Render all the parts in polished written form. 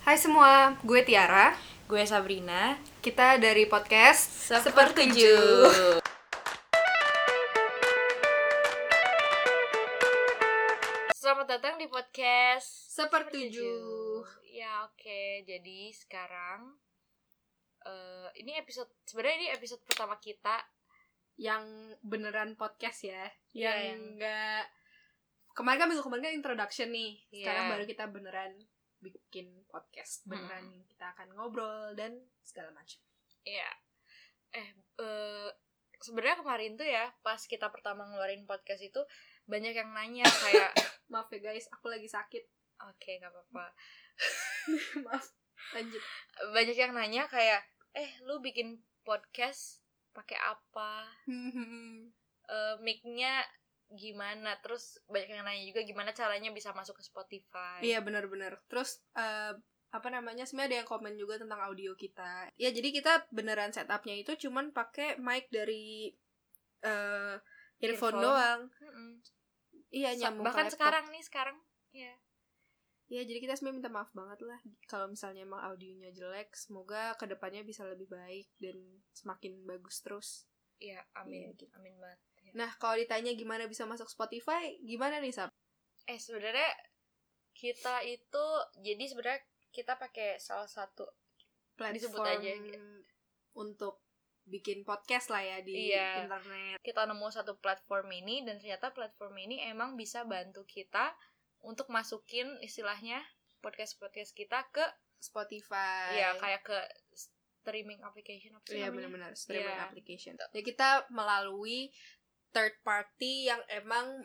Hai semua, gue Tiara. Gue Sabrina. Kita dari podcast Sepertujuh. Selamat datang di podcast Sepertujuh. Ya oke. Jadi sekarang ini episode pertama kita Yang beneran podcast ya. Iya, Yang enggak. Kemarin kan introduction nih. Sekarang baru kita beneran bikin podcast. Beneran kita akan ngobrol dan segala macam. Iya. Sebenarnya kemarin tuh ya, pas kita pertama ngeluarin podcast itu banyak yang nanya kayak Maaf ya guys, aku lagi sakit. Oke, gak apa-apa. Maaf, lanjut. Banyak yang nanya kayak lu bikin podcast pakai apa? Mic-nya gimana? Terus banyak yang nanya juga gimana caranya bisa masuk ke Spotify. Iya, benar-benar. Terus sebenarnya ada yang komen juga tentang audio kita. Ya, jadi kita beneran setupnya itu cuman pakai mic dari earphone doang. Iya, nyambung bahkan ke laptop. sekarang ya. Ya, jadi kita sebenarnya minta maaf banget lah kalau misalnya emang audionya jelek. Semoga kedepannya bisa lebih baik dan semakin bagus terus. Iya, amin. Ya, gitu. Amin banget. Ya. Nah, kalau ditanya gimana bisa masuk Spotify, gimana nih, Sab? Sebenarnya kita itu sebenarnya kita pakai salah satu Platform aja untuk bikin podcast lah ya di internet. Kita nemu satu platform ini dan ternyata platform ini emang bisa bantu kita untuk masukin istilahnya podcast kita ke Spotify. Iya, kayak ke streaming application apa sih namanya? Iya, benar-benar streaming application. Ya, kita melalui third party yang emang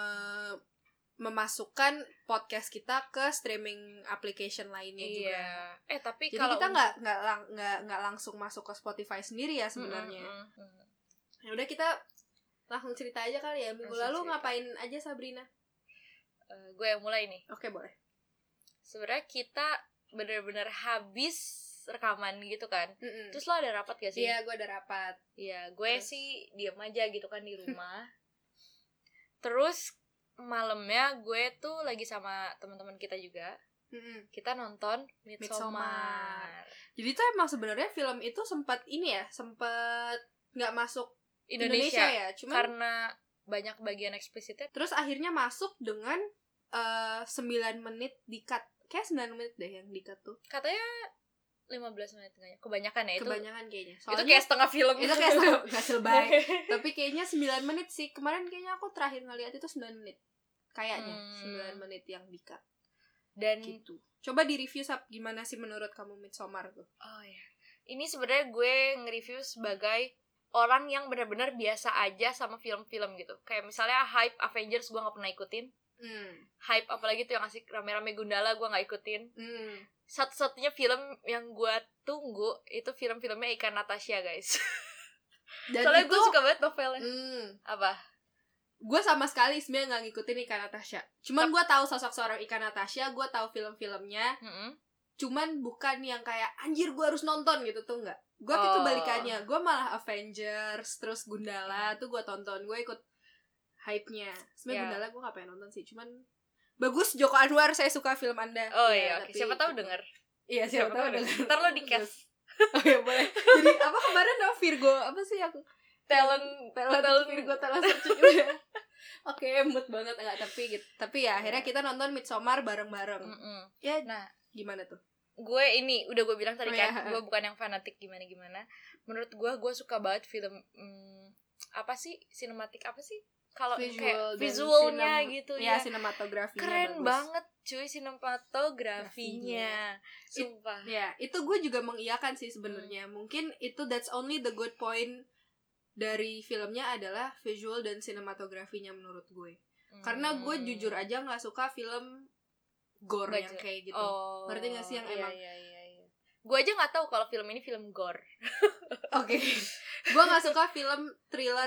memasukkan podcast kita ke streaming application lainnya juga. Tapi jadi kita nggak langsung masuk ke Spotify sendiri ya sebenarnya. Ya udah, kita langsung cerita aja kali ya. Minggu lalu ngapain aja, Sabrina? Gue yang mulai nih. Oke, boleh. Sebenarnya kita benar-benar habis rekaman gitu kan. Terus lo ada rapat gak sih? Iya, gue ada rapat. Iya, gue sih diam aja gitu kan di rumah. Terus malamnya gue tuh lagi sama teman-teman kita juga. Kita nonton Midsommar. Jadi tuh emang sebenarnya film itu sempat nggak masuk Indonesia ya, cuman karena banyak bagian eksplisitnya. Terus akhirnya masuk dengan 9 menit di-cut. Kayak 9 menit deh yang di-cut tuh. Katanya 15 menit kayaknya. Kebanyakan ya itu. Kebanyakan kayaknya. Soalnya itu kayak setengah film. Itu kayak nggak selebay. Tapi kayaknya 9 menit sih. Kemarin kayaknya aku terakhir ngeliat itu 9 menit. Kayaknya 9 menit yang di-cut. Dan gitu. Coba di-review, Sab, gimana sih menurut kamu Midsommar tuh? Oh ya. Ini sebenarnya gue nge-review sebagai orang yang benar-benar biasa aja sama film-film gitu. Kayak misalnya hype Avengers gue gak pernah ikutin. Hype apalagi tuh yang asik rame-rame Gundala gue gak ikutin. Satu-satunya film yang gue tunggu itu film-filmnya Ika Natasha, guys. Dan soalnya gue suka banget novelnya. Apa? Gue sama sekali sebenarnya gak ngikutin Ika Natasha. Cuman gue tahu sosok seorang Ika Natasha, gue tahu film-filmnya. Cuman bukan yang kayak anjir gue harus nonton gitu tuh, enggak. Gue itu balikannya. Gue malah Avengers, terus Gundala tuh gue tonton. Gue ikut hype-nya. Sebenarnya Gundala gue gak pengen nonton sih. Cuman bagus, Joko Anwar, saya suka film Anda. Oh iya, oke. Siapa tahu denger. Iya, siapa tahu denger. Ntar lo di-cast. Oh iya, boleh. Jadi apa kemarin Virgo, apa sih aku? Talent Virgo, talent searching gitu ya. Oke, mood banget enggak, tapi ya akhirnya kita nonton Midsommar bareng-bareng. Ya, nah, gimana tuh? Gue udah gue bilang tadi kan, gue bukan yang fanatik gimana-gimana. Menurut gue suka banget film apa sih? Sinematik apa sih? Kalau kayak visualnya gitu ya. Sinematografinya keren bagus banget, cuy, sinematografinya. Sumpah. Ya, itu gue juga mengiyakan sih sebenarnya. Mungkin itu that's only the good point dari filmnya adalah visual dan sinematografinya menurut gue. Karena gue jujur aja nggak suka film gore yang kayak gitu. Ngerti nggak sih yang emang? Iya. Gue aja nggak tahu kalau film ini film gore. Oke. Gue nggak suka film thriller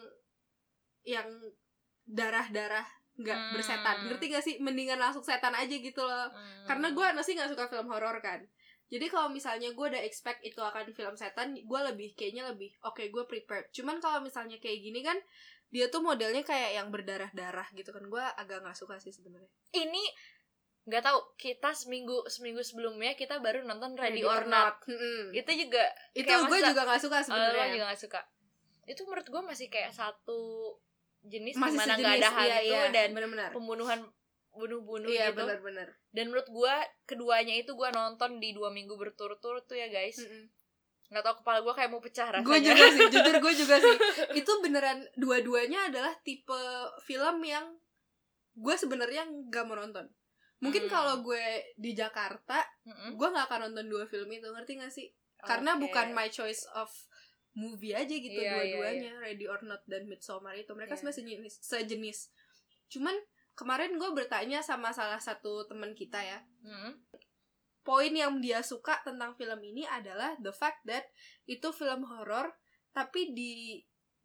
yang darah-darah nggak bersetan. Ngerti nggak sih? Mendingan langsung setan aja gitu loh. Karena gue masih nggak suka film horor kan. Jadi kalau misalnya gue udah expect itu akan film setan, gue kayaknya lebih oke, gue prepared. Cuman kalau misalnya kayak gini kan, dia tuh modelnya kayak yang berdarah-darah gitu kan, gue agak nggak suka sih sebenarnya. Ini nggak tahu, kita seminggu sebelumnya kita baru nonton Ready or Not. Itu juga itu gue juga nggak suka sebenarnya. Gue juga nggak suka. Itu menurut gue masih kayak satu jenis masih dimana nggak ada hantu dan bener-bener. pembunuhan bunuh-bunuh iya, gitu. Bener-bener. Dan menurut gue keduanya itu gue nonton di 2 minggu berturut-turut tuh ya guys. Nggak tahu, kepala gue kayak mau pecah rasanya. Gue juga sih, jujur gue juga sih. Itu beneran dua-duanya adalah tipe film yang gue sebenarnya nggak mau nonton. Mungkin kalau gue di Jakarta, gue nggak akan nonton 2 film itu, ngerti nggak sih? Karena bukan my choice of movie aja gitu, dua-duanya. Ready or Not dan Midsommar itu mereka sebenarnya sejenis. Cuman kemarin gue bertanya sama salah satu teman kita ya. Poin yang dia suka tentang film ini adalah the fact that itu film horor tapi di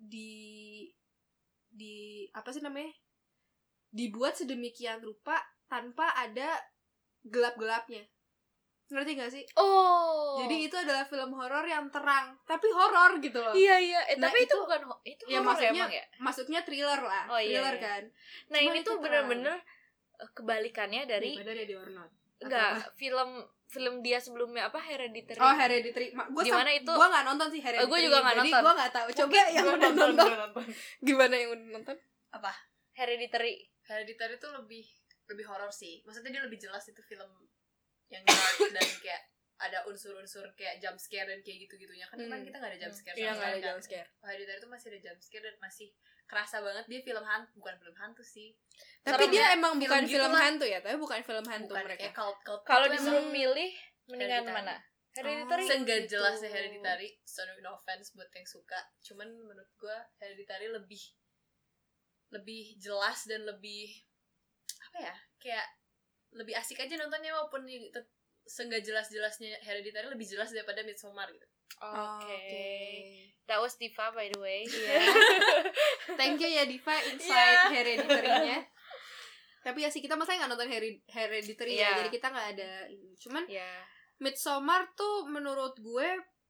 apa sih namanya? Dibuat sedemikian rupa tanpa ada gelap-gelapnya. Ngerti gak sih? Oh. Jadi itu adalah film horor yang terang, tapi horor gitu loh. Iya. Nah, tapi itu bukan itu ya, horor maksudnya, emang ya? Maksudnya thriller lah. Thriller kan. Nah, cuma ini tuh benar-benar kebalikannya dari Ready or Not. Enggak, film dia sebelumnya apa, Hereditary. Oh, Hereditary. Gimana itu? Gue gak nonton sih Hereditary. Gue juga gak nonton. Jadi gue gak tahu. Coba yang udah nonton. Gimana yang udah nonton? Apa? Hereditary tuh lebih horor sih. Maksudnya dia lebih jelas itu film yang dark dan kayak ada unsur-unsur kayak jump scare dan kayak gitu-gitunya. Kan kita gak ada jump scare. Iya, gak ada jump scare. Hereditary tuh masih ada jump scare dan masih kerasa banget dia film hantu, bukan film hantu sih. Tapi dia emang bukan gitu film hantu ya, tapi bukan film hantu bukan, mereka. Kalau disuruh milih mendingan mana? Hereditary. Seenggak jelasnya Hereditary. So no offense buat yang suka. Cuman menurut gue Hereditary lebih jelas dan lebih apa ya? Kayak lebih asik aja nontonnya, walaupun seenggak jelas-jelasnya Hereditary lebih jelas daripada Midsommar gitu. Okay. That was Diva by the way. Thank you ya Diva insight Hereditary-nya. Tapi ya sih kita masanya nggak nonton Hereditary ya, jadi kita nggak ada. Cuman Midsommar tuh menurut gue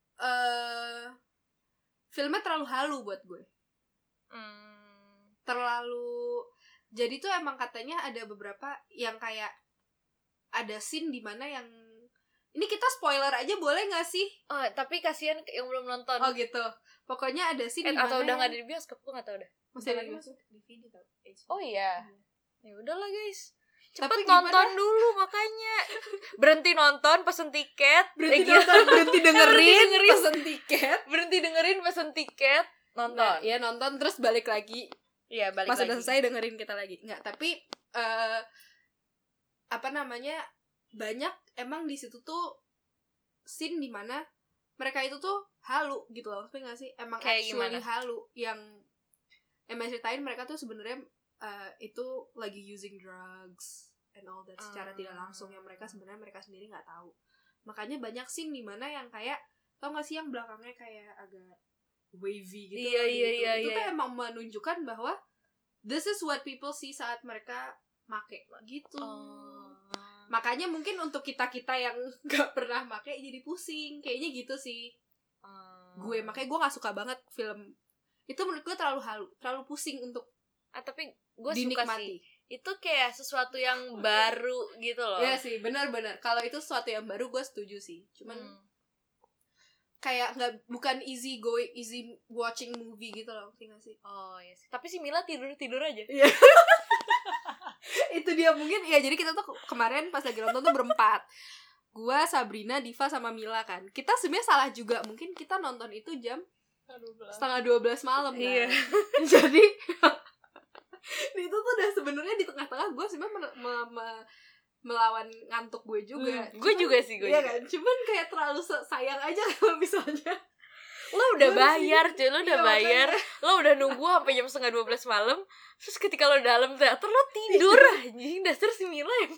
filmnya terlalu halu buat gue. Terlalu. Jadi tuh emang katanya ada beberapa yang kayak ada scene di mana yang ini kita spoiler aja boleh nggak sih? Oh, tapi kasihan yang belum nonton. Oh gitu. Pokoknya ada scene di mana atau udah nggak ada di bioskop, gue nggak tahu dah. Masih lagi masuk DVD tau. Oh iya. Ya udahlah guys. Cepet tapi nonton dulu makanya. Berhenti nonton, pesen tiket. Berhenti dengerin, pesen tiket. Berhenti dengerin, pesen tiket. Nonton. Nah, ya nonton terus balik lagi. Iya, balik lagi. Pas udah selesai dengerin kita lagi. Nggak, tapi apa namanya? Banyak emang di situ tuh scene di mana mereka itu tuh halu gitu loh, ngerti nggak sih? Emang kayak actually gimana? Halu yang emang ceritain mereka tuh sebenarnya itu lagi using drugs and all that secara tidak langsung yang mereka sebenarnya mereka sendiri nggak tahu. Makanya banyak scene di mana yang kayak tau nggak sih yang belakangnya kayak agak wavy gitu. Iya. Itu tuh emang menunjukkan bahwa this is what people see saat mereka make gitu. Makanya mungkin untuk kita-kita yang gak pernah make jadi pusing. Kayaknya gitu sih. Makanya gue gak suka banget film itu, menurut gue terlalu halu, terlalu pusing untuk tapi gue suka sih. Itu kayak sesuatu yang baru gitu loh. Iya sih, benar-benar. Kalau itu sesuatu yang baru gue setuju sih. Cuman kayak bukan easy watching movie gitu loh, ngerti gak sih? Oh iya sih. Tapi si Mila tidur aja. Iya. Itu dia mungkin ya, jadi kita tuh kemarin pas lagi nonton tuh berempat, gua, Sabrina, Diva sama Mila kan. Kita sebenarnya salah juga, mungkin kita nonton itu jam 11:30 malam kan. Iya. Jadi itu tuh udah sebenarnya di tengah-tengah gue sebenarnya melawan ngantuk gue juga. Gue juga sih, iya kan? Cuman kayak terlalu sayang aja kalau misalnya lo udah bayar, cuy, lo udah bayar, lo udah nunggu sampai jam 11:30 malam, terus ketika lo dalam teater lo tidur anjing, dasar si Mila yang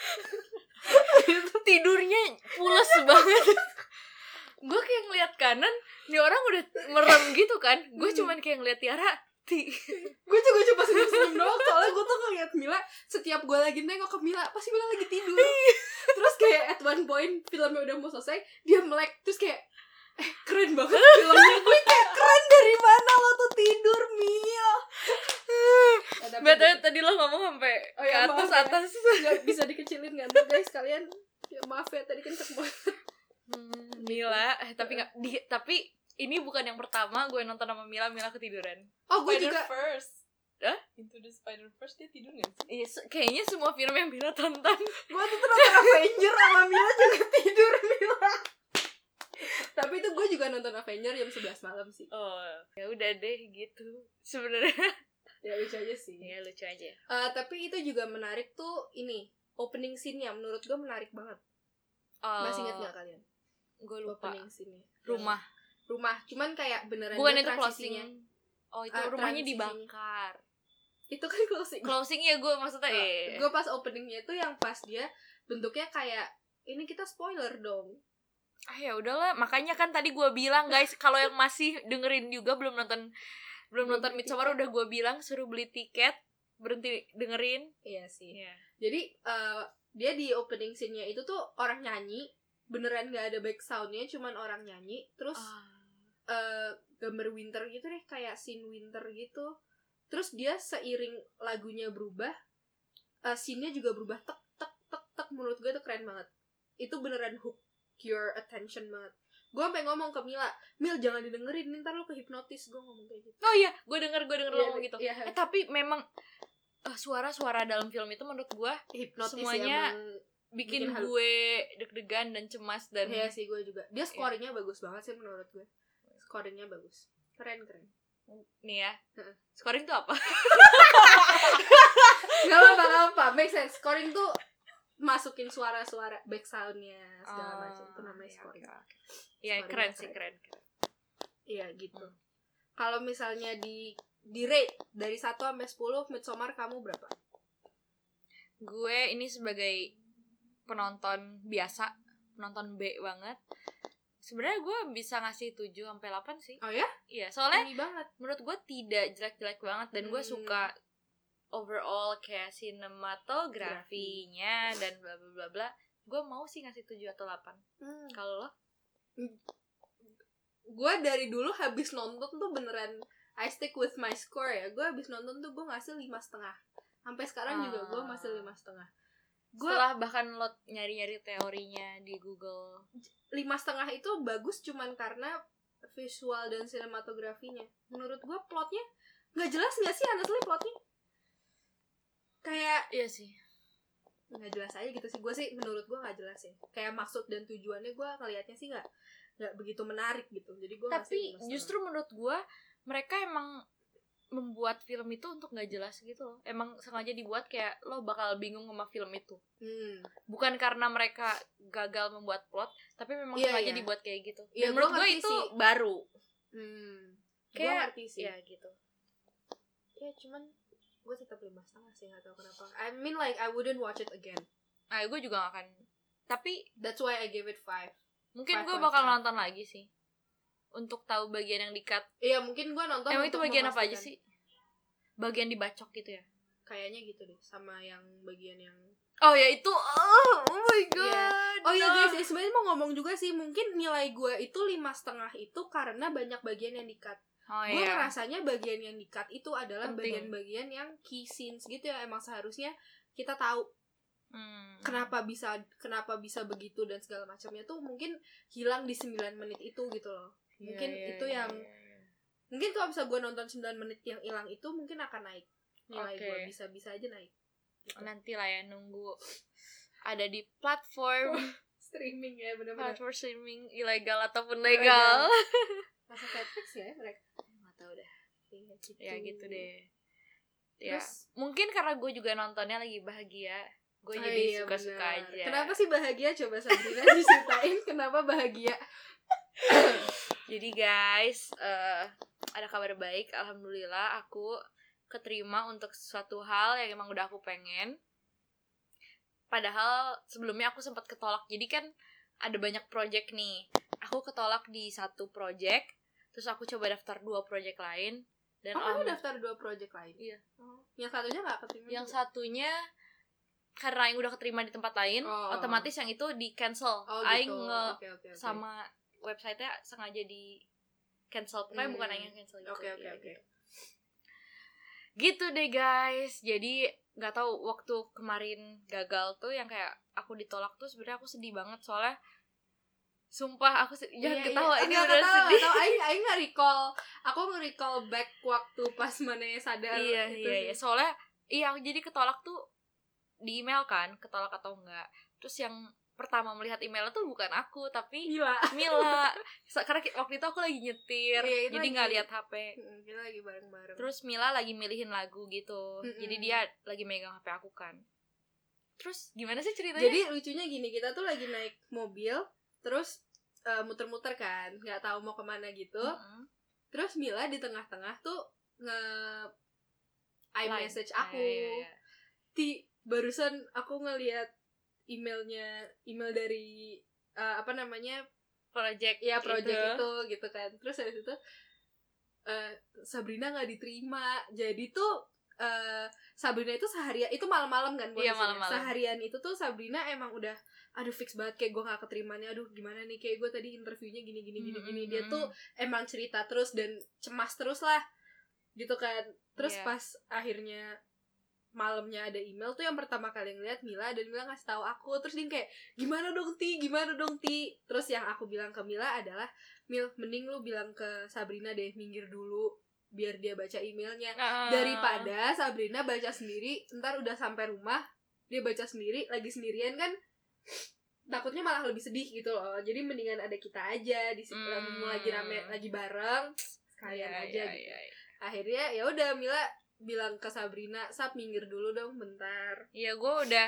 tidurnya pules banget. Gue kayak ngeliat kanan, nih orang udah merem gitu kan, gue cuman kayak ngeliat Tiara. Gue juga cuma senyum-senyum doang, soalnya gue tuh ngeliat Mila, setiap gue lagi nengok ke Mila pasti Mila lagi tidur. Terus kayak at one point filmnya udah mau selesai, dia melek, terus kayak Keren banget filmnya. Gue kayak keren, dari mana lo tuh tidur, Mil? Betul, tadi lo ngomong sampai ke atas. Gak bisa dikecilin kan tuh guys, kalian ya maaf ya tadi kenceng banget. Mila, tapi ini bukan yang pertama gue nonton sama Mila ketiduran. Oh, gue juga First. Hah? Into the Spider-Verse dia tidur gak sih? Iya, kayaknya semua film yang Mila tonton. gue tuh nonton Avenger sama Mila juga tidur, Mila. Tapi itu gue juga nonton Avenger jam 11 malam sih. Oh, ya udah deh gitu. Sebenarnya ya lucu aja sih. Ya lucu aja. Tapi itu juga menarik tuh ini opening scene-nya menurut gue menarik banget. Masih ingat nggak kalian? Gue lupa. Opening scene-nya. Rumah. Cuman kayak beneran bukan itu closing. Oh, itu rumahnya dibakar. Itu kan closing. Closing ya gue maksudnya. Gue pas openingnya itu yang pas dia bentuknya kayak ini, kita spoiler dong. Ya udahlah, makanya kan tadi gue bilang guys, kalau yang masih dengerin juga belum nonton Midsommar, udah gue bilang suruh beli tiket, berhenti dengerin. Iya sih. Yeah. Jadi dia di opening scene-nya itu tuh orang nyanyi, beneran gak ada back sound-nya, cuman orang nyanyi, terus gambar winter gitu deh, kayak scene winter gitu. Terus dia seiring lagunya berubah, scene-nya juga berubah, tek tek tek tek. Menurut gue tuh keren banget. Itu beneran hook your attention banget. Gue sampai ngomong ke Mila, Mil jangan didengerin, ntar lo kehipnotis. Gue ngomong kayak gitu. Oh iya, gue denger lo ngomong gitu. Iya. Tapi memang suara-suara dalam film itu menurut gue hipnotis, semuanya bikin gue deg-degan dan cemas. Dan iya sih, gue juga. Dia scoringnya bagus banget sih menurut gue. Scoringnya bagus, keren. Nih ya, scoring tuh apa? Gak apa-apa, make sense. Scoring tuh masukin suara-suara back sound-nya segala macam, itu namanya scoring. Iya, keren sih, keren. Iya gitu. Kalau misalnya di rate dari 1 sampai 10, Midsommar kamu berapa? Gue ini sebagai penonton biasa, penonton B banget. Sebenarnya gue bisa ngasih 7 sampai 8 sih. Oh ya? Iya, soalnya tinggi banget. Menurut gue tidak jelek-jelek banget, dan gue suka overall kayak sinematografinya dan bla bla bla bla. Gue mau sih ngasih 7 atau 8. Kalau lo? Gue dari dulu habis nonton tuh beneran I stick with my score ya. Gue habis nonton tuh gue ngasih 5,5. Sampai sekarang juga gue masih 5,5. Setelah bahkan lo nyari-nyari teorinya di Google, 5,5 itu bagus cuman karena visual dan sinematografinya. Menurut gue plotnya nggak jelas nggak sih, honestly plotnya kayak iya sih nggak jelas aja gitu sih. Gue sih menurut gue nggak jelas ya. Kayak maksud dan tujuannya gue ngelihatnya sih nggak begitu menarik gitu. Jadi gue tapi justru menurut gue mereka emang membuat film itu untuk nggak jelas gitu loh. Emang sengaja dibuat kayak lo bakal bingung sama film itu. Bukan karena mereka gagal membuat plot, tapi memang sengaja dibuat kayak gitu. Dan menurut gue itu sih baru. Kayak ngerti sih. Ya gitu. Ya cuman gue tetap 5,5 sih, nggak tahu kenapa. I mean like I wouldn't watch it again. Gue juga gak akan. Tapi that's why I gave it 5. Mungkin gue bakal nonton lagi sih untuk tahu bagian yang di-cut. Iya, mungkin gue nonton. Emang itu bagian apa aja sih? Bagian dibacok gitu ya? Kayaknya gitu deh, sama yang bagian yang oh ya itu, oh my god. Yeah. Oh ya guys, sebenarnya mau ngomong juga sih, mungkin nilai gue itu 5,5 itu karena banyak bagian yang di-cut. Gue ngerasanya bagian yang di-cut itu adalah bagian-bagian yang key scenes gitu ya, emang seharusnya kita tahu kenapa bisa begitu dan segala macamnya tuh mungkin hilang di 9 menit itu gitu loh. Mungkin itu yang mungkin kalau bisa gue nonton 9 menit yang hilang itu mungkin akan naik nilai gue, bisa aja naik gitu. Nanti lah ya, nunggu ada di platform streaming ya, benar-benar platform streaming ilegal ataupun legal. Masa Netflix ya mereka nggak tahu deh gitu. Ya gitu deh ya. Terus, mungkin karena gue juga nontonnya lagi bahagia, gue jadi suka-suka aja. Kenapa sih bahagia? Coba Sabrina diceritain kenapa bahagia. Jadi guys, ada kabar baik, alhamdulillah aku keterima untuk suatu hal yang emang udah aku pengen. Padahal sebelumnya aku sempat ketolak. Jadi kan ada banyak project nih, aku ketolak di satu project, terus aku coba daftar 2 project lain. Dan kamu daftar 2 project lain? Iya. Yang satunya nggak keterima? Yang satunya karena yang udah keterima di tempat lain, otomatis yang itu di cancel. Gitu. Okay. Sama website-nya sengaja di cancel, pokoknya bukan hanya cancel gitu. Oke. Gitu deh guys. Jadi nggak tahu waktu kemarin gagal tuh yang kayak aku ditolak tuh sebenarnya aku sedih banget, soalnya sumpah aku jangan ketawa, ini beneran sedih. Aing nggak recall, aku nge-recall back waktu pas mana sadar. Iya. Soalnya jadi ketolak tuh di email kan, ketolak atau enggak. Terus yang pertama melihat email tuh bukan aku tapi Mila. Karena waktu itu aku lagi nyetir, jadi nggak lihat HP. Kita lagi bareng-bareng. Terus Mila lagi milihin lagu gitu, jadi dia lagi megang HP aku kan. Terus gimana sih ceritanya? Jadi lucunya gini, kita tuh lagi naik mobil, terus muter-muter kan, nggak tahu mau kemana gitu. Terus Mila di tengah-tengah tuh iMessage aku. Barusan aku ngelihat email dari project itu gitu kan. Terus habis itu Sabrina nggak diterima. Jadi tuh Sabrina itu seharian itu malam-malam kan, malam-malam. Seharian itu tuh Sabrina emang udah aduh fix banget kayak gue nggak keterimanya, aduh gimana nih, kayak gue tadi interviewnya gini. Dia tuh emang cerita terus dan cemas terus lah gitu kan. Terus pas akhirnya malamnya ada email tuh yang pertama kali ngeliat Mila, dan Mila ngasih tahu aku. Terus dia kayak gimana dong Ti. Terus yang aku bilang ke Mila adalah, Mil, mending lu bilang ke Sabrina deh minggir dulu biar dia baca emailnya, daripada Sabrina baca sendiri ntar udah sampai rumah dia baca sendiri lagi sendirian kan, takutnya malah lebih sedih gitu loh. Jadi mendingan ada kita aja di situ, lagi rame lagi bareng sekalian aja gitu. Akhirnya ya udah Mila bilang ke Sabrina, Sab minggir dulu dong bentar. Iya, gue udah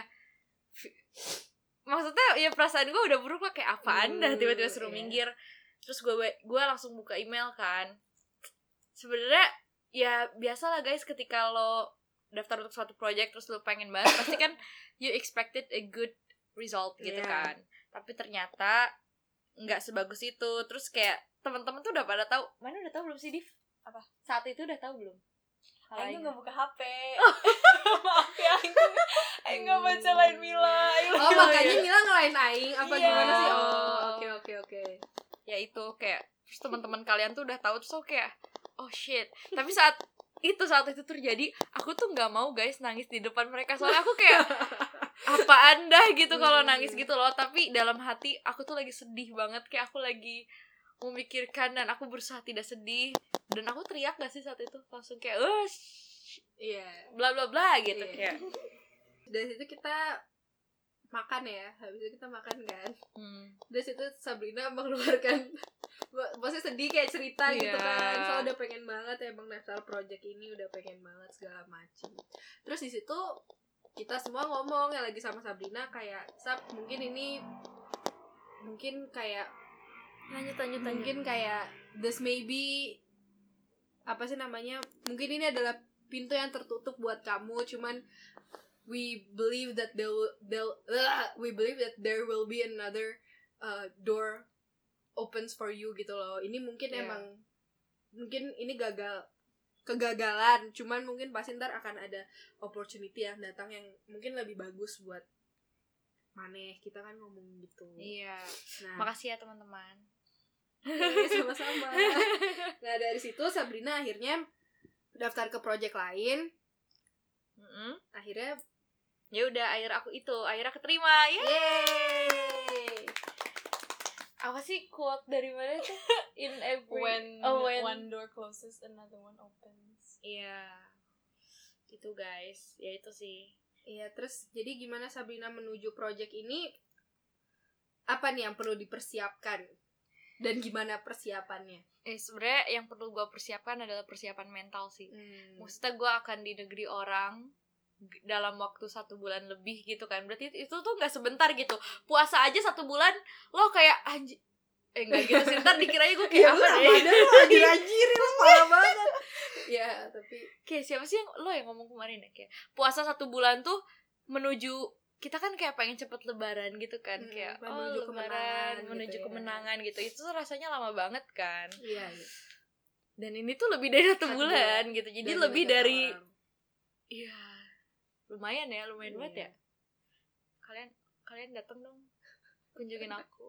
maksudnya ya perasaan gue udah buruk lah, kayak apaan dah tiba-tiba suruh minggir. Terus gue langsung buka email kan. Sebenarnya ya biasa lah guys, ketika lo daftar untuk suatu project terus lo pengen banget, pasti kan you expected a good result gitu kan. Tapi ternyata nggak sebagus itu. Terus kayak teman-teman tuh udah pada tahu. Mana udah tahu belum sih, Div? Apa? Saat itu udah tahu belum? Aing nggak buka HP. Maaf ya, Aing nggak baca lain Mila. Makanya Mila ngelain Aing apa gimana sih? Oke. Ya itu kayak terus teman-teman kalian tuh udah tahu, terus aku kayak oh shit. Tapi saat itu terjadi, aku tuh nggak mau guys nangis di depan mereka, soalnya aku kayak apa anda gitu kalau nangis gitu loh. Tapi dalam hati aku tuh lagi sedih banget, kayak aku lagi memikirkan dan aku berusaha tidak sedih. Dan aku teriak gak sih saat itu? Langsung kayak bla bla bla gitu kayak. Dari situ kita makan ya, habis itu kita makan kan. Dari situ Sabrina mengeluarkan maksudnya sedih kayak cerita gitu kan. Soalnya udah pengen banget ya bang daftar project ini, udah pengen banget segala macam. Terus di situ kita semua ngomong yang lagi sama Sabrina kayak, Sab, mungkin kayak lanjut mungkin kayak this maybe apa sih namanya, mungkin ini adalah pintu yang tertutup buat kamu, cuman we believe that there will be another door opens for you gitu loh. Ini mungkin emang mungkin ini kegagalan, cuman mungkin pasti ntar akan ada opportunity yang datang yang mungkin lebih bagus buat maneh. Kita kan ngomong gitu. Iya. Nah, makasih ya teman-teman. Sama-sama. Nah dari situ Sabrina akhirnya daftar ke project lain. Akhirnya ya udah, akhirnya keterima. Yeay. Apa sih quote dari mana tuh? In every when one door closes another one opens. Iya. Itu guys, ya itu sih. Iya, terus jadi gimana Sabrina menuju project ini? Apa nih yang perlu dipersiapkan? Dan gimana persiapannya? Sebenarnya yang perlu gue persiapkan adalah persiapan mental sih. Maksudnya gue akan di negeri orang dalam waktu 1 bulan lebih gitu kan. Berarti itu tuh gak sebentar gitu. Puasa aja 1 bulan lo kayak anjir. Enggak gitu sih, ntar dikiranya gue kayak apa deh. Anjir lo parah banget. Ya tapi kayak siapa sih lo yang ngomong kemarin ya, kayak puasa 1 bulan tuh menuju, kita kan kayak pengen cepet lebaran gitu kan, kayak menuju lebaran, menuju kemenangan gitu. Itu tuh rasanya lama banget kan. Iya. Dan ini tuh lebih dari 1 bulan gitu. Jadi lebih dari iya. Lumayan banget ya. Kalian datang dong kunjungin aku.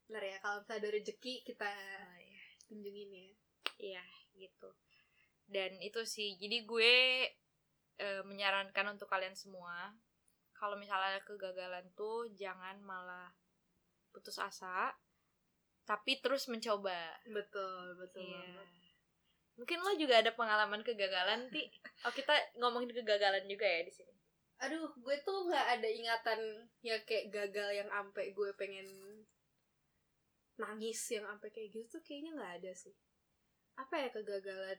Benar ya, kalau misalnya ada rezeki kita kunjungin ya. Iya gitu. Dan itu sih, jadi gue menyarankan untuk kalian semua, kalau misalnya ada kegagalan tuh jangan malah putus asa, tapi terus mencoba. Betul Iya. banget. Mungkin lo juga ada pengalaman kegagalan, Ti. Oh, kita ngomongin kegagalan juga ya di sini. Aduh, gue tuh nggak ada ingatan ya kayak gagal yang ampe gue pengen nangis yang ampe kayak gitu tuh kayaknya nggak ada sih. Apa ya kegagalan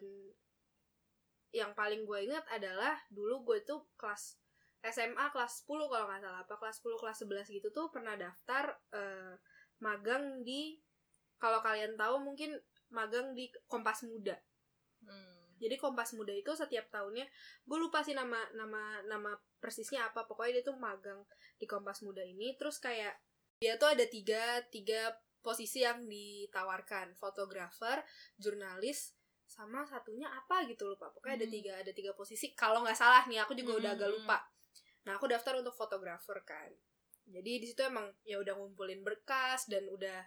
yang paling gue ingat adalah dulu gue tuh kelas SMA kelas 10 kalau nggak salah, apa kelas 10 kelas 11 gitu tuh pernah daftar magang di, kalau kalian tahu mungkin magang di Kompas Muda. Jadi Kompas Muda itu setiap tahunnya, gue lupa sih nama persisnya apa, pokoknya dia tuh magang di Kompas Muda ini. Terus kayak dia tuh ada tiga posisi yang ditawarkan, fotografer, jurnalis, sama satunya apa gitu lupa. Pokoknya ada tiga posisi kalau nggak salah nih, aku juga udah agak lupa. Nah aku daftar untuk fotografer kan. Jadi di situ emang ya udah ngumpulin berkas dan udah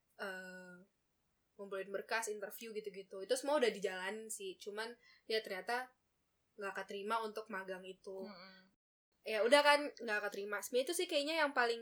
ngumpulin berkas, interview gitu-gitu. Itu semua udah dijalanin sih. Cuman ya ternyata nggak keterima untuk magang itu. Ya udah kan nggak keterima. Sebenarnya itu sih kayaknya yang paling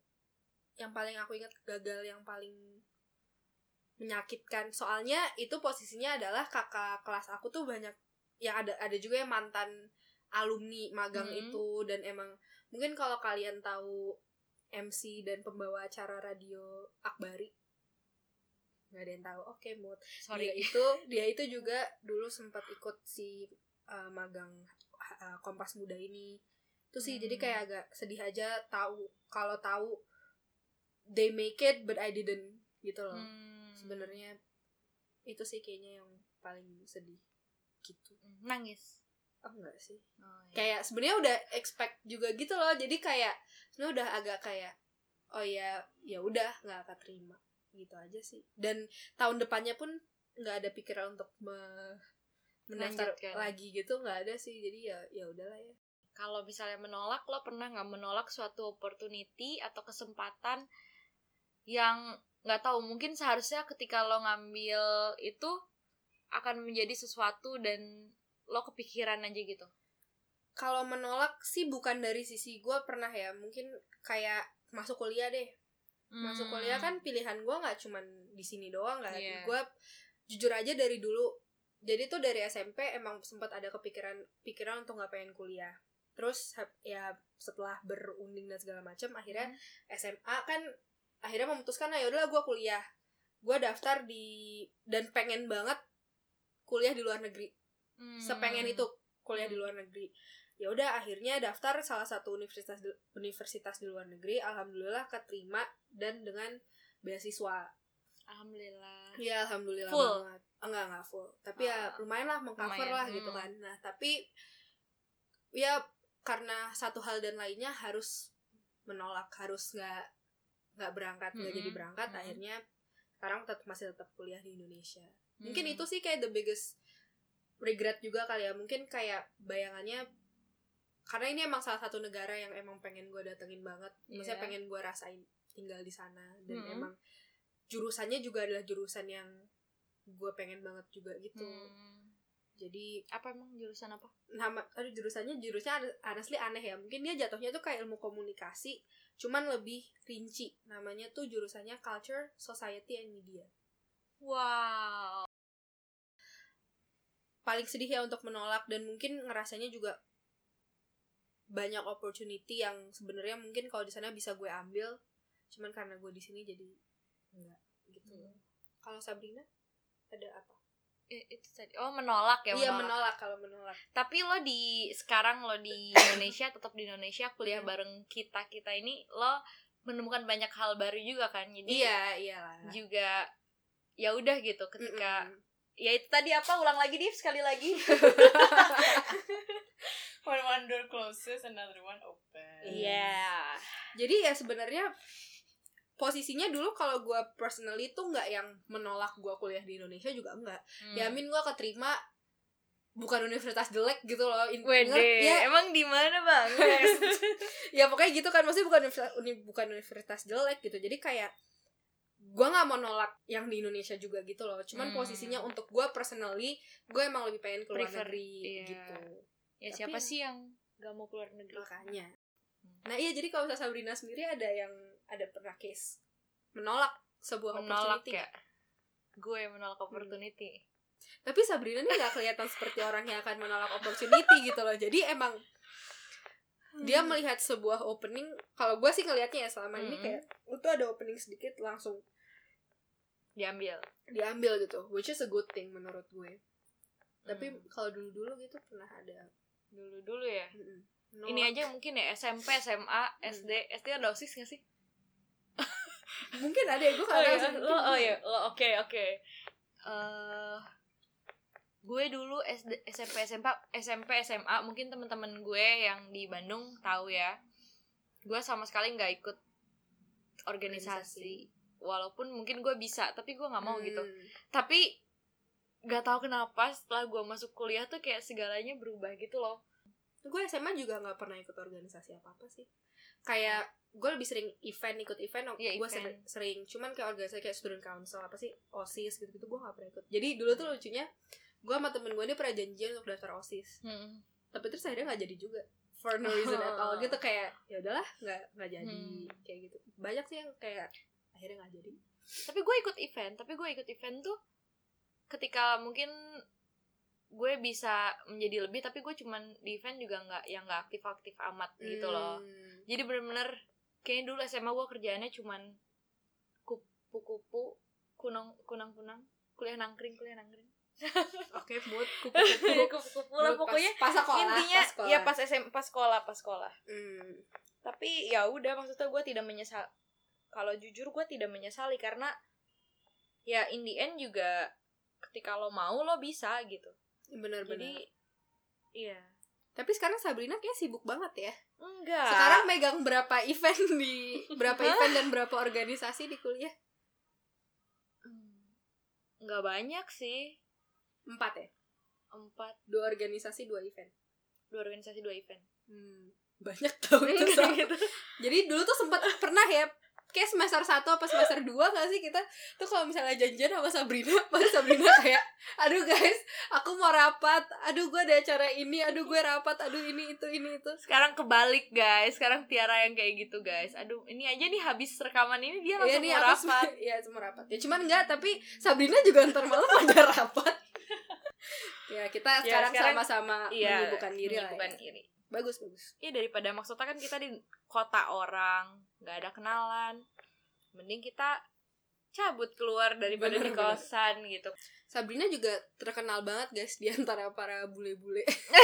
aku ingat gagal yang paling menyakitkan. Soalnya itu posisinya adalah kakak kelas aku tuh banyak yang ada juga yang mantan alumni magang itu, dan emang mungkin kalau kalian tahu MC dan pembawa acara radio Akbari, nggak ada yang tahu. Oke, Mut. Sorry. Dia itu juga dulu sempat ikut si magang Kompas Muda ini. Itu sih jadi kayak agak sedih aja kalau tahu they make it but I didn't gitu loh. Sebenarnya itu sih kayaknya yang paling sedih gitu. Nangis? Oh enggak sih. Oh, iya. Kayak sebenarnya udah expect juga gitu loh. Jadi kayak sebenarnya udah agak kayak oh ya udah nggak akan terima gitu aja sih. Dan tahun depannya pun nggak ada pikiran untuk mendaftar lagi gitu, nggak ada sih. Jadi ya udahlah ya. Kalau misalnya menolak, lo pernah nggak menolak suatu opportunity atau kesempatan yang nggak tahu, mungkin seharusnya ketika lo ngambil itu akan menjadi sesuatu dan lo kepikiran aja gitu? Kalau menolak sih bukan dari sisi gue pernah ya, mungkin kayak masuk kuliah deh. Masuk kuliah kan pilihan gue nggak cuman di sini doang kan. Yeah. Gue jujur aja dari dulu, jadi tuh dari SMP emang sempat ada pikiran untuk nggak pengen kuliah. Terus ya setelah berunding dan segala macam, akhirnya SMA kan akhirnya memutuskan ya udahlah gue kuliah. Gue daftar dan pengen banget kuliah di luar negeri. Sepengen itu kuliah di luar negeri. Ya udah akhirnya daftar salah satu universitas di luar negeri. Alhamdulillah keterima dan dengan beasiswa. Alhamdulillah. Ya alhamdulillah full banget. Enggak full, tapi ya lumayan lah mengcover lah gitu kan. Nah tapi ya karena satu hal dan lainnya harus menolak, harus nggak berangkat, nggak jadi berangkat. Akhirnya sekarang masih tetap kuliah di Indonesia. Mungkin itu sih kayak the biggest regret juga kali ya. Mungkin kayak bayangannya, karena ini emang salah satu negara yang emang pengen gue datengin banget. Maksudnya pengen gue rasain tinggal di sana. Dan emang jurusannya juga adalah jurusan yang gue pengen banget juga gitu. Jadi apa emang jurusan apa? Jurusannya honestly aneh ya. Mungkin dia jatuhnya tuh kayak ilmu komunikasi, cuman lebih rinci. Namanya tuh jurusannya Culture, Society and Media. Wow. Paling sedih ya untuk menolak, dan mungkin ngerasanya juga banyak opportunity yang sebenarnya mungkin kalau di sana bisa gue ambil, cuman karena gue di sini jadi enggak gitu. Kalau Sabrina ada apa? Itu tadi. Oh, menolak ya. Iya, menolak. Kalau menolak. Tapi sekarang lo di Indonesia, tetap di Indonesia, kuliah bareng kita ini, lo menemukan banyak hal baru juga kan. Jadi iyalah. Juga ya udah gitu ketika ya itu tadi apa, ulang lagi Div sekali lagi. When one door closes, another one open. Yeah. Jadi ya sebenarnya posisinya dulu kalau gue personally tuh nggak yang menolak gue kuliah di Indonesia juga enggak. Ya amin gue keterima bukan universitas jelek gitu loh. Ya, emang di mana bang? Ya pokoknya gitu kan, maksudnya bukan universitas jelek gitu. Jadi kayak gue nggak mau nolak yang di Indonesia juga gitu loh, cuman posisinya untuk gue personally gue emang lebih pengen keluar negeri gitu. Ya tapi siapa sih yang nggak mau keluar negeri? Makanya. Nah iya, jadi kalau misalnya Sabrina sendiri ada pernah case menolak sebuah opportunity ya? Gue menolak opportunity. Tapi Sabrina nih nggak kelihatan seperti orang yang akan menolak opportunity gitu loh. Jadi emang dia melihat sebuah opening. Kalau gue sih ngelihatnya ya selama ini kayak itu ada opening sedikit langsung diambil gitu, which is a good thing menurut gue. Tapi kalau dulu gitu pernah ada dulu ya. Ini aja mungkin ya SMP, SMA, SD ada OSIS nggak sih? Mungkin ada ya, gue nggak tahu sih. Oke. Gue dulu SMP, SMA, mungkin teman-teman gue yang di Bandung tahu ya. Gue sama sekali nggak ikut organisasi. Walaupun mungkin gue bisa, tapi gue nggak mau gitu. Tapi nggak tahu kenapa setelah gue masuk kuliah tuh kayak segalanya berubah gitu loh. Gue SMA juga nggak pernah ikut organisasi apa sih. Kayak gue lebih sering ikut event. Gue sering, cuman kayak organisasi kayak student council apa sih, OSIS gitu-gitu gue nggak pernah ikut. Jadi dulu tuh lucunya gue sama temen gue ini pernah janjian untuk daftar OSIS, tapi terus akhirnya nggak jadi juga for no reason at all gitu. Kayak ya udahlah, nggak jadi kayak gitu. Banyak sih yang kayak akhirnya nggak jadi. Tapi gue ikut event tuh ketika mungkin gue bisa menjadi lebih, tapi gue cuman di event juga nggak aktif amat gitu loh. Jadi bener-bener kayaknya dulu SMA gue kerjaannya cuman kupu-kupu, kunang-kunang, kuliah nangkring. Oke, mood kupu-kupu lah pokoknya. Pas sekolah, intinya ya pas sekolah. Tapi ya udah, maksudnya gue tidak menyesal. Kalau jujur gue tidak menyesali karena ya in the end juga ketika lo mau lo bisa gitu. Benar-benar. Jadi iya. Tapi sekarang Sabrina kayak sibuk banget ya. Enggak. Sekarang megang berapa event event dan berapa organisasi di kuliah? Enggak banyak sih. 4 ya? 4. 2 organisasi, 2 event. Banyak tau itu. Jadi dulu tuh sempat pernah ya, kayak semester 1 apa semester 2 gak sih kita tuh kalau misalnya janjian sama Sabrina, pas Sabrina kayak aduh guys, aku mau rapat, aduh gue ada acara ini, aduh gue rapat, aduh ini itu. Sekarang kebalik guys, sekarang Tiara yang kayak gitu guys. Aduh, ini aja nih habis rekaman ini dia langsung mau rapat. Iya, semua rapat. Ya cuman enggak, tapi Sabrina juga ntar malam ada rapat. Ya kita sekarang sama-sama menyibukkan diri lah ya. Bagus. Iya, daripada maksudnya kan kita di kota orang, nggak ada kenalan, mending kita cabut keluar daripada di kosan gitu. Sabrina juga terkenal banget guys di antara para bule-bule.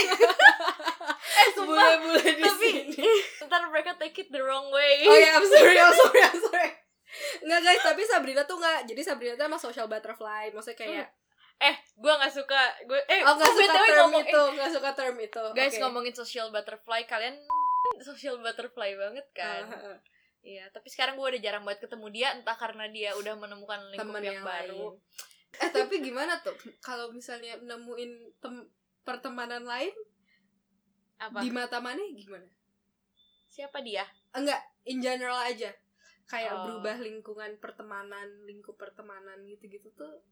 Bule-bule di sini. Ntar mereka take it the wrong way. Oh ya, I'm sorry. Nggak guys, tapi Sabrina tuh nggak. Jadi Sabrina tuh emang social butterfly, maksudnya kayak gue nggak suka nggak suka term itu. Guys, ngomongin social butterfly, kalian social butterfly banget kan? Iya, tapi sekarang gue udah jarang banget ketemu dia, entah karena dia udah menemukan lingkup yang baru. Tapi gimana tuh kalau misalnya nemuin pertemanan lain? Apa? Di mata mana gimana? Siapa dia? Enggak, in general aja. Kayak berubah lingkup pertemanan gitu-gitu tuh.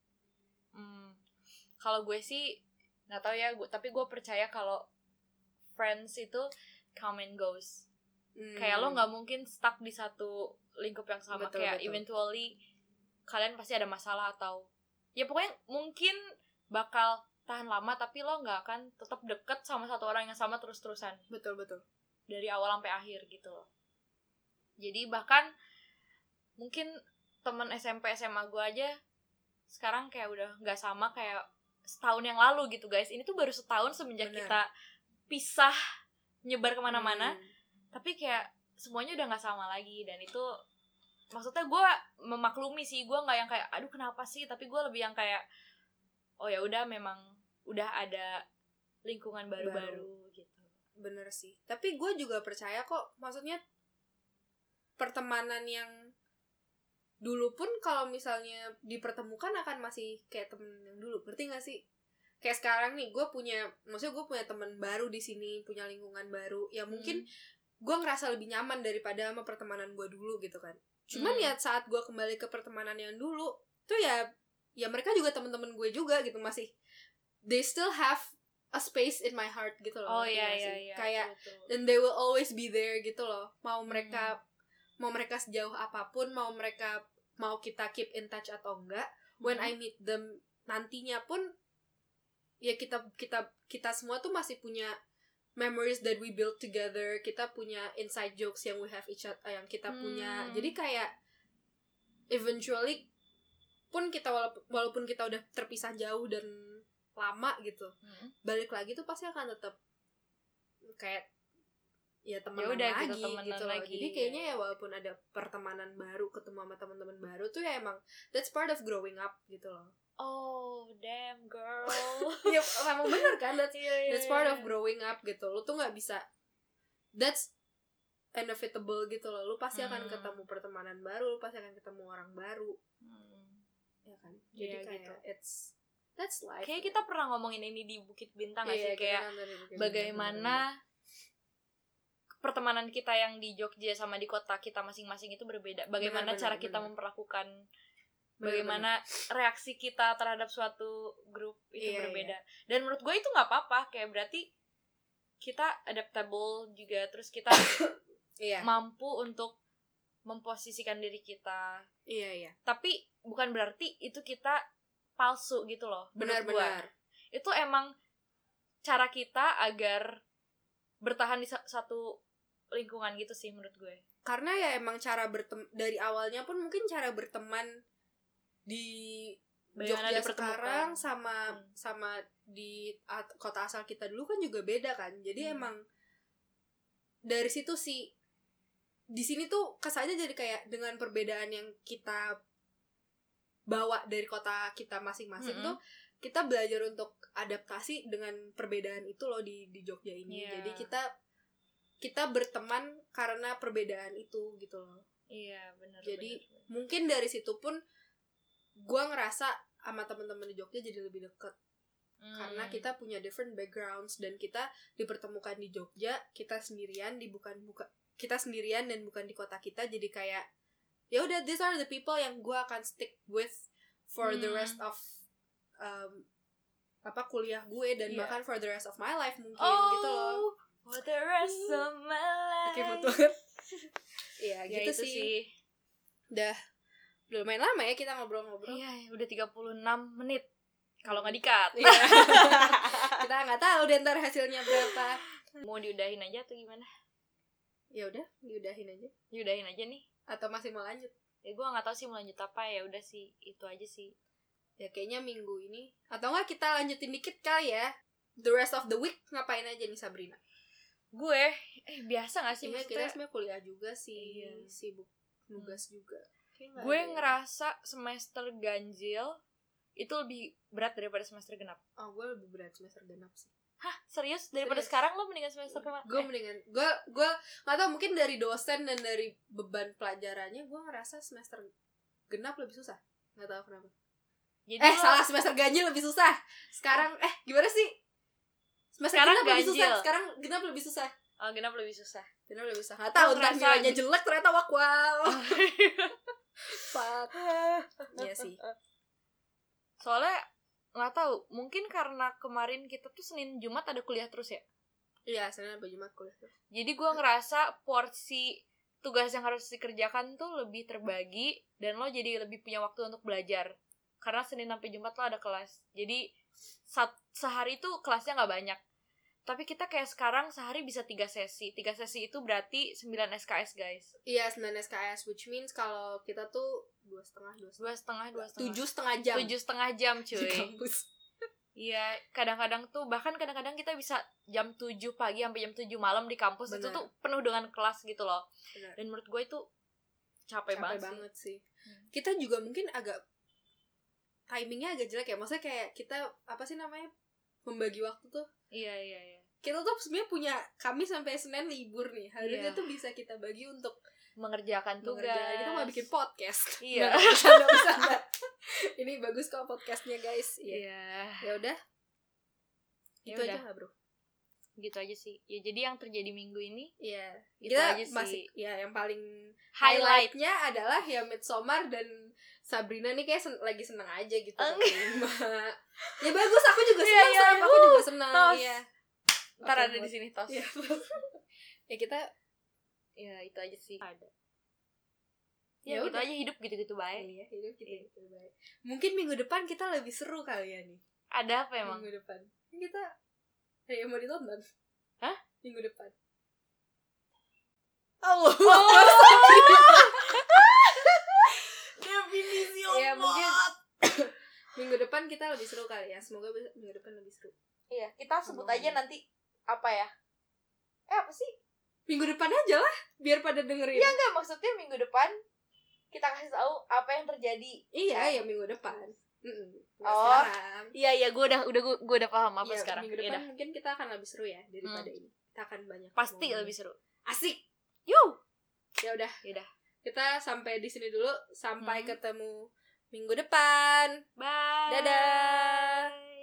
Kalau gue sih nggak tahu ya, tapi gue percaya kalau friends itu come and goes. Kayak lo nggak mungkin stuck di satu lingkup yang sama. Betul. Eventually kalian pasti ada masalah atau ya pokoknya mungkin bakal tahan lama, tapi lo nggak akan tetap deket sama satu orang yang sama terus-terusan. Betul dari awal sampai akhir gitu loh. Jadi bahkan mungkin temen SMP SMA gue aja sekarang kayak udah nggak sama kayak setahun yang lalu gitu guys. Ini tuh baru setahun semenjak kita pisah nyebar kemana-mana. Tapi kayak semuanya udah nggak sama lagi. Dan itu maksudnya gue memaklumi sih, gue nggak yang kayak aduh kenapa sih, tapi gue lebih yang kayak oh ya udah, memang udah ada lingkungan baru gitu. Bener sih. Tapi gue juga percaya kok, maksudnya pertemanan yang dulu pun kalau misalnya dipertemukan akan masih kayak temen yang dulu, ngerti gak sih? Kayak sekarang nih gue punya teman baru di sini, punya lingkungan baru, ya mungkin gue ngerasa lebih nyaman daripada sama pertemanan gue dulu gitu kan. Cuman ya saat gue kembali ke pertemanan yang dulu tuh ya mereka juga teman-teman gue juga gitu, masih they still have a space in my heart gitu loh. Iya. Kayak betul. And they will always be there gitu loh. Mau mereka sejauh apapun, mau kita keep in touch atau enggak, when I meet them nantinya pun ya kita semua tuh masih punya memories that we build together. Kita punya inside jokes yang we have yang kita punya. Jadi kayak eventually pun kita walaupun kita udah terpisah jauh dan lama gitu, balik lagi tuh pasti akan tetap kayak ya temenan lagi gitu loh. Jadi kayaknya ya walaupun ada pertemanan baru, ketemu sama teman-teman baru tuh ya emang that's part of growing up gitu loh. Oh damn girl. Ya emang bener kan, that's part of growing up gitu. Lu tuh nggak bisa, that's inevitable gitu loh. Lu pasti akan ketemu pertemanan baru, lu pasti akan ketemu orang baru. Ya kan. Jadi kayak gitu. That's life. Kayak kita pernah ngomongin ini di Bukit Bintang nggak sih, kayak bagaimana pertemanan kita yang di Jogja sama di kota kita masing-masing itu berbeda. Bagaimana cara kita memperlakukan, bagaimana reaksi kita terhadap suatu grup itu berbeda. Dan menurut gue itu nggak apa-apa, kayak berarti kita adaptable juga, terus kita mampu untuk memposisikan diri kita. Iya. Tapi bukan berarti itu kita palsu gitu loh. Benar-benar. Itu emang cara kita agar bertahan di satu lingkungan gitu sih menurut gue. Karena ya emang cara dari awalnya pun mungkin cara berteman di Jogja sekarang sama di kota asal kita dulu kan juga beda kan. Jadi emang dari situ sih, di sini tuh kesannya jadi kayak dengan perbedaan yang kita bawa dari kota kita masing-masing tuh kita belajar untuk adaptasi dengan perbedaan itu loh di Jogja ini. Jadi kita berteman karena perbedaan itu gitu loh. Iya, benar. Jadi mungkin dari situ pun gue ngerasa sama teman-teman di Jogja jadi lebih deket. Karena kita punya different backgrounds dan kita dipertemukan di Jogja, kita sendirian kita sendirian dan bukan di kota kita. Jadi kayak ya udah, these are the people yang gue akan stick with for the rest of kuliah gue dan bahkan for the rest of my life mungkin gitu loh. For the rest of my life. Oke, betul. Iya, gitu sih. Udah lumayan lama ya kita ngobrol-ngobrol. Iya, udah 36 menit. Kalau nggak di-cut. Kita nggak tahu deh ntar hasilnya berapa. Mau diudahin aja atau gimana? Ya udah, diudahin aja. Diudahin aja nih. Atau masih mau lanjut? Ya gue nggak tahu sih mau lanjut apa, ya udah sih itu aja sih. Ya kayaknya minggu ini atau nggak kita lanjutin dikit kali ya. The rest of the week ngapain aja nih Sabrina? Gue biasa nggak sih? Kita sebenarnya kuliah juga sih, sibuk nugas juga. Gue ngerasa semester ganjil itu lebih berat daripada semester genap. Oh, gue lebih berat semester genap sih. Hah, serius? Daripada sekarang lo mendingan semester genap? Gue mendingan, gue nggak tahu, mungkin dari dosen dan dari beban pelajarannya gue ngerasa semester genap lebih susah. Nggak tahu kenapa. Jadi salah, semester ganjil lebih susah. Sekarang gimana sih? Semester sekarang genap lebih susah. Sekarang genap lebih susah. Oh, genap lebih susah. Genap lebih susah. Nggak tahu, entar nilainya jelek ternyata wow. Fuck. Iya sih. Soalnya nggak tahu, mungkin karena kemarin kita tuh Senin Jumat ada kuliah terus ya. Iya, Senin sampai Jumat kuliah terus. Jadi gue ngerasa porsi tugas yang harus dikerjakan tuh lebih terbagi dan lo jadi lebih punya waktu untuk belajar. Karena Senin sampai Jumat lo ada kelas. Jadi sehari tuh kelasnya nggak banyak. Tapi kita kayak sekarang sehari bisa 3 sesi. 3 sesi itu berarti 9 SKS, guys. Iya, 9 SKS, which means kalau kita tuh 2,5 jam. 7,5 jam, cuy. Di kampus. Iya, kadang-kadang tuh, bahkan kadang-kadang kita bisa jam 7 pagi sampai jam 7 malam di kampus. Bener. Itu tuh penuh dengan kelas gitu loh. Bener. Dan menurut gue itu capek banget sih. Kita juga mungkin agak timingnya agak jelek ya. Maksudnya kayak kita, membagi waktu tuh. Iya. Kita tuh sebenarnya punya Kamis sampai Senin libur nih. Harusnya tuh bisa kita bagi untuk mengerjakan tugas. Kita mau bikin podcast. Iya. Bisa. Ini bagus kok podcastnya, guys. Iya. Ya udah. Itu aja lah, bro. Gitu aja sih. Ya jadi yang terjadi minggu ini gitu aja masih sih. yang paling highlightnya adalah ya Midsommar dan Sabrina nih kayak lagi seneng aja gitu. Ya bagus, aku juga seneng, aku juga seneng. Iya. Ntar ada di sini tos. Ya kita ya itu aja sih. Ada. Ya gitu aja, hidup gitu-gitu baik. Iya, hidup gitu-gitu baik. Mungkin minggu depan kita lebih seru kali ya nih. Ada apa emang? Minggu depan kita yang mau ditonton. Hah? Minggu depan. Allah. Definisi ya mungkin minggu depan kita lebih seru kali ya. Semoga minggu depan lebih seru. Iya, kita sebut aja nanti apa ya? Apa sih? Minggu depan aja lah, biar pada dengerin. Iya enggak, maksudnya minggu depan kita kasih tahu apa yang terjadi. Iya, ya minggu depan. Sekarang. Iya, gue udah paham apa sekarang. Minggu depan mungkin kita akan lebih seru ya daripada ini. Kita akan banyak. Pasti lebih seru. Asik. Yuk. Ya udah. Kita sampai di sini dulu. Sampai ketemu minggu depan. Bye. Dadah.